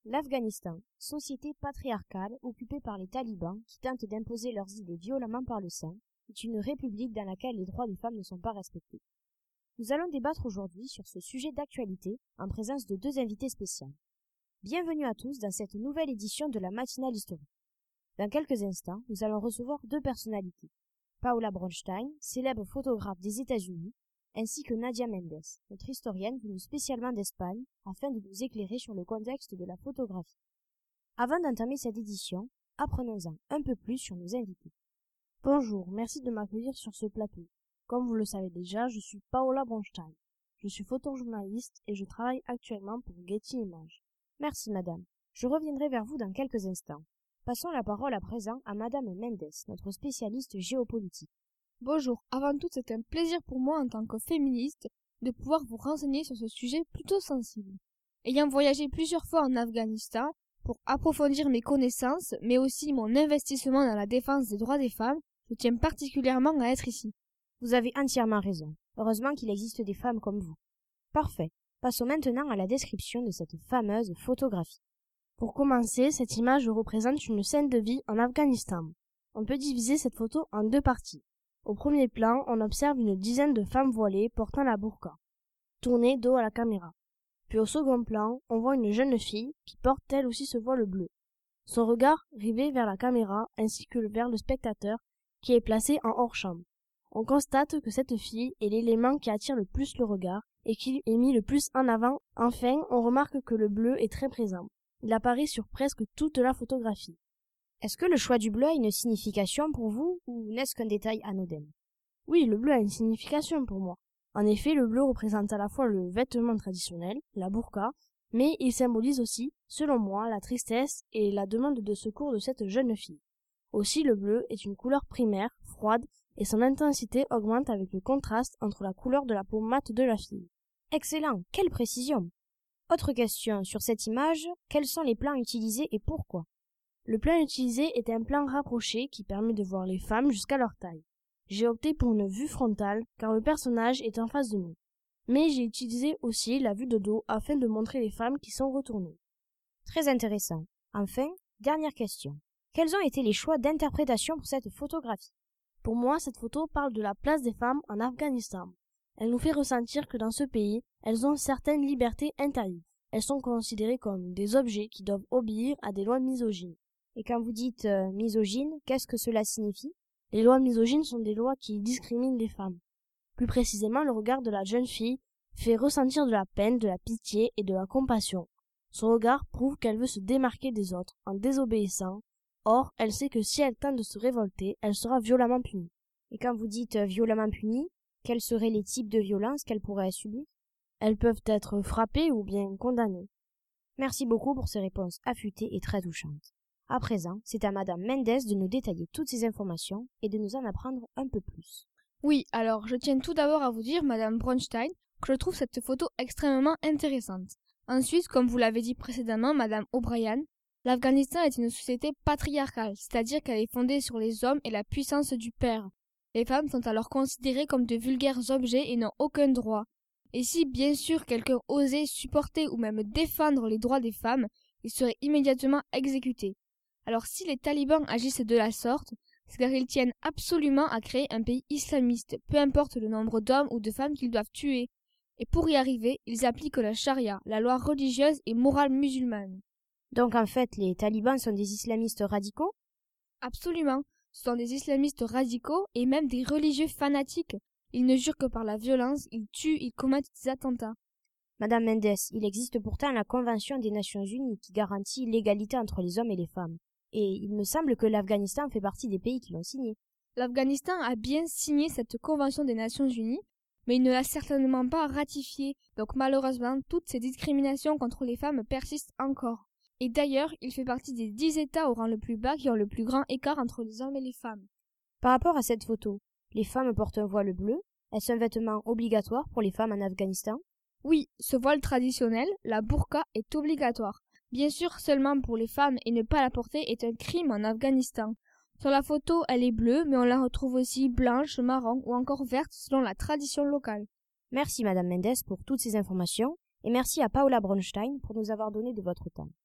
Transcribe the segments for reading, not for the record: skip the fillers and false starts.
L'Afghanistan, société patriarcale occupée par les talibans qui tentent d'imposer leurs idées violemment par le sang, est une république dans laquelle les droits des femmes ne sont pas respectés. Nous allons débattre aujourd'hui sur ce sujet d'actualité en présence de deux invités spéciaux. Bienvenue à tous dans cette nouvelle édition de la matinale historique. Dans quelques instants, nous allons recevoir deux personnalités. Paola Bronstein, célèbre photographe des États-Unis, ainsi que Nadia Mendes, notre historienne venue spécialement d'Espagne, afin de nous éclairer sur le contexte de la photographie. Avant d'entamer cette édition, apprenons-en un peu plus sur nos invités. Bonjour, merci de m'accueillir sur ce plateau. Comme vous le savez déjà, je suis Paola Bronstein. Je suis photojournaliste et je travaille actuellement pour Getty Images. Merci madame. Je reviendrai vers vous dans quelques instants. Passons la parole à présent à madame Mendes, notre spécialiste géopolitique. Bonjour, avant tout c'est un plaisir pour moi en tant que féministe de pouvoir vous renseigner sur ce sujet plutôt sensible. Ayant voyagé plusieurs fois en Afghanistan pour approfondir mes connaissances, mais aussi mon investissement dans la défense des droits des femmes, je tiens particulièrement à être ici. Vous avez entièrement raison. Heureusement qu'il existe des femmes comme vous. Parfait. Passons maintenant à la description de cette fameuse photographie. Pour commencer, cette image représente une scène de vie en Afghanistan. On peut diviser cette photo en deux parties. Au premier plan, on observe une dizaine de femmes voilées portant la burqa, tournées dos à la caméra. Puis au second plan, on voit une jeune fille qui porte elle aussi ce voile bleu. Son regard rivé vers la caméra ainsi que vers le spectateur qui est placé en hors-champ. On constate que cette fille est l'élément qui attire le plus le regard et qui est mis le plus en avant. Enfin, on remarque que le bleu est très présent. Il apparaît sur presque toute la photographie. Est-ce que le choix du bleu a une signification pour vous ou n'est-ce qu'un détail anodin? Oui, le bleu a une signification pour moi. En effet, le bleu représente à la fois le vêtement traditionnel, la burqa, mais il symbolise aussi, selon moi, la tristesse et la demande de secours de cette jeune fille. Aussi, le bleu est une couleur primaire, froide, et son intensité augmente avec le contraste entre la couleur de la peau mate de la fille. Excellent, quelle précision! Autre question, sur cette image, quels sont les plans utilisés et pourquoi? Le plan utilisé est un plan rapproché qui permet de voir les femmes jusqu'à leur taille. J'ai opté pour une vue frontale car le personnage est en face de nous. Mais j'ai utilisé aussi la vue de dos afin de montrer les femmes qui sont retournées. Très intéressant. Enfin, dernière question. Quels ont été les choix d'interprétation pour cette photographie? Pour moi, cette photo parle de la place des femmes en Afghanistan. Elle nous fait ressentir que dans ce pays, elles ont certaines libertés interdites. Elles sont considérées comme des objets qui doivent obéir à des lois misogynes. Et quand vous dites misogyne, qu'est-ce que cela signifie? Les lois misogynes sont des lois qui discriminent les femmes. Plus précisément, le regard de la jeune fille fait ressentir de la peine, de la pitié et de la compassion. Son regard prouve qu'elle veut se démarquer des autres en désobéissant. Or, elle sait que si elle tente de se révolter, elle sera violemment punie. Et quand vous dites violemment punie, quels seraient les types de violences qu'elle pourrait subir? Elles peuvent être frappées ou bien condamnées. Merci beaucoup pour ces réponses affûtées et très touchantes. À présent, c'est à madame Mendes de nous détailler toutes ces informations et de nous en apprendre un peu plus. Oui, alors je tiens tout d'abord à vous dire, madame Bronstein, que je trouve cette photo extrêmement intéressante. Ensuite, comme vous l'avez dit précédemment, madame O'Brien, l'Afghanistan est une société patriarcale, c'est-à-dire qu'elle est fondée sur les hommes et la puissance du père. Les femmes sont alors considérées comme de vulgaires objets et n'ont aucun droit. Et si, bien sûr, quelqu'un osait supporter ou même défendre les droits des femmes, il serait immédiatement exécuté. Alors si les talibans agissent de la sorte, c'est car ils tiennent absolument à créer un pays islamiste, peu importe le nombre d'hommes ou de femmes qu'ils doivent tuer. Et pour y arriver, ils appliquent la charia, la loi religieuse et morale musulmane. Donc en fait, les talibans sont des islamistes radicaux? Absolument. Ce sont des islamistes radicaux et même des religieux fanatiques. Ils ne jurent que par la violence, ils tuent, ils commettent des attentats. Madame Mendes, il existe pourtant la Convention des Nations Unies qui garantit l'égalité entre les hommes et les femmes. Et il me semble que l'Afghanistan fait partie des pays qui l'ont signée. L'Afghanistan a bien signé cette Convention des Nations Unies, mais il ne l'a certainement pas ratifiée. Donc malheureusement, toutes ces discriminations contre les femmes persistent encore. Et d'ailleurs, il fait partie des 10 États au rang le plus bas qui ont le plus grand écart entre les hommes et les femmes. Par rapport à cette photo, les femmes portent un voile bleu. Est-ce un vêtement obligatoire pour les femmes en Afghanistan? Oui, ce voile traditionnel, la burqa, est obligatoire. Bien sûr, seulement pour les femmes et ne pas la porter est un crime en Afghanistan. Sur la photo, elle est bleue, mais on la retrouve aussi blanche, marron ou encore verte selon la tradition locale. Merci Madame Mendes pour toutes ces informations et merci à Paola Bronstein pour nous avoir donné de votre temps.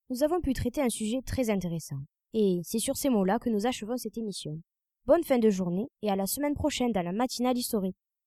Nous avons pu traiter un sujet très intéressant. Et c'est sur ces mots-là que nous achevons cette émission. Bonne fin de journée et à la semaine prochaine dans la matinale historique.